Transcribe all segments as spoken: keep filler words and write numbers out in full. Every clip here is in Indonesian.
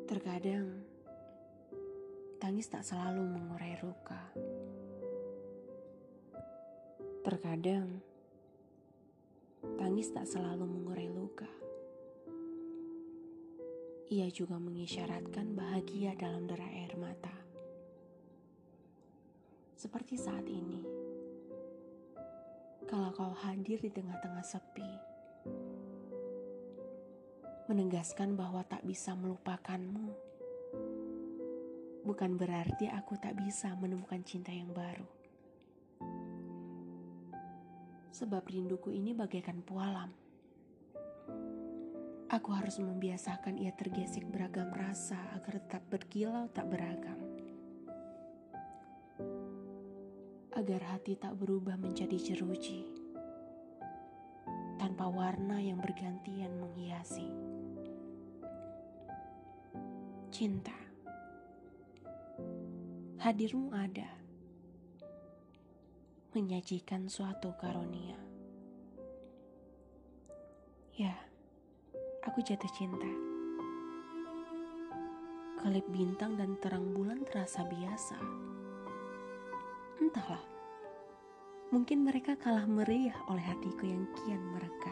Terkadang, tangis tak selalu mengurai luka. Terkadang, tangis tak selalu mengurai luka. Ia juga mengisyaratkan bahagia dalam derai air mata. Seperti saat ini, kalau kau hadir di tengah-tengah sepi, menegaskan bahwa tak bisa melupakanmu, bukan berarti aku tak bisa menemukan cinta yang baru. Sebab rinduku ini bagaikan pualam. Aku harus membiasakan ia tergesek beragam rasa agar tetap berkilau tak beragam. Agar hati tak berubah menjadi jeruji, tanpa warna yang bergantian menghiasi. Cinta, hadirmu ada, menyajikan suatu karunia. Ya, aku jatuh cinta. Kelip bintang dan terang bulan terasa biasa. Entahlah, mungkin mereka kalah meriah oleh hatiku yang kian merekah.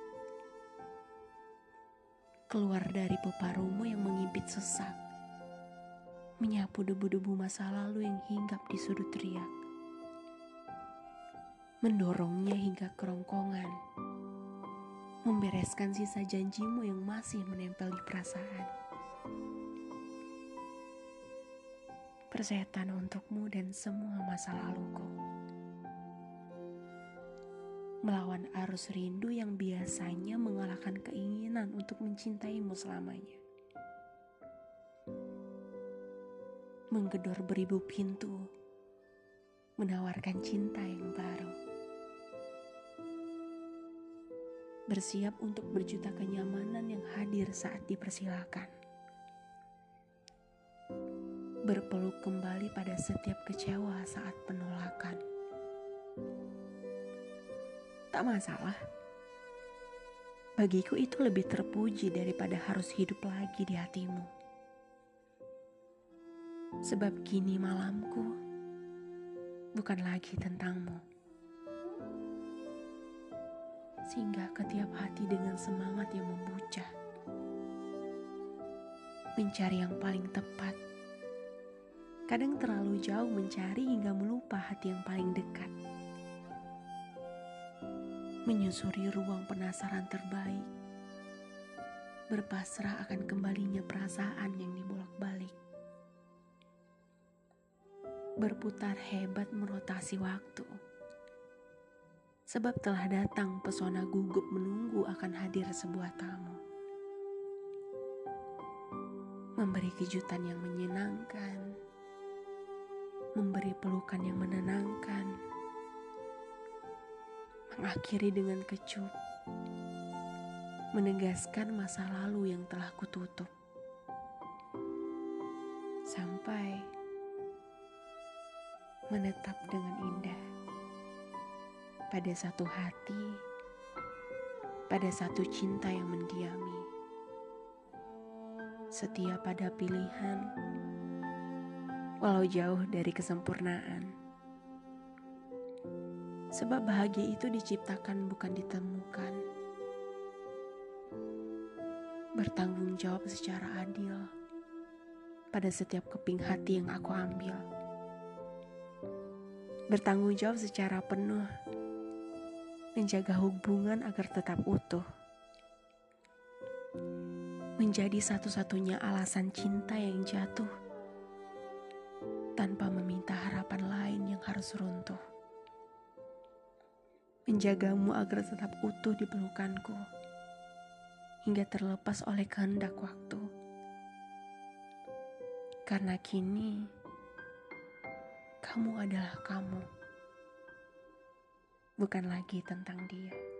Keluar dari peparumu yang mengimpit sesak, menyapu debu-debu masa lalu yang hinggap di sudut riak, mendorongnya hingga kerongkongan, membereskan sisa janjimu yang masih menempel di perasaan. Persetan untukmu dan semua masa laluku, melawan arus rindu yang biasanya mengalahkan keinginan untuk mencintaimu selamanya. Menggedor beribu pintu, menawarkan cinta yang baru. Bersiap untuk berjuta kenyamanan yang hadir saat dipersilakan. Berpeluk kembali pada setiap kecewa saat penolakan. Tak masalah. Bagiku itu lebih terpuji daripada harus hidup lagi di hatimu. Sebab kini malamku bukan lagi tentangmu. Singgah ke tiap hati dengan semangat yang membucah, mencari yang paling tepat. Kadang terlalu jauh mencari hingga melupa hati yang paling dekat. Menyusuri ruang penasaran terbaik, berpasrah akan kembalinya perasaan yang dibolak-balik. Berputar hebat merotasi waktu, sebab telah datang pesona gugup menunggu akan hadir sebuah tamu. Memberi kejutan yang menyenangkan, memberi pelukan yang menenangkan, mengakhiri dengan kecup, menegaskan masa lalu yang telah kututup. Sampai menetap dengan indah pada satu hati, pada satu cinta yang mendiami, setia pada pilihan, walau jauh dari kesempurnaan. Sebab bahagia itu diciptakan bukan ditemukan. Bertanggung jawab secara adil pada setiap keping hati yang aku ambil. Bertanggung jawab secara penuh, menjaga hubungan agar tetap utuh. Menjadi satu-satunya alasan cinta yang jatuh, tanpa meminta harapan lain yang harus runtuh. Menjagamu agar tetap utuh di pelukanku, hingga terlepas oleh kehendak waktu. Karena kini, kamu adalah kamu, bukan lagi tentang dia.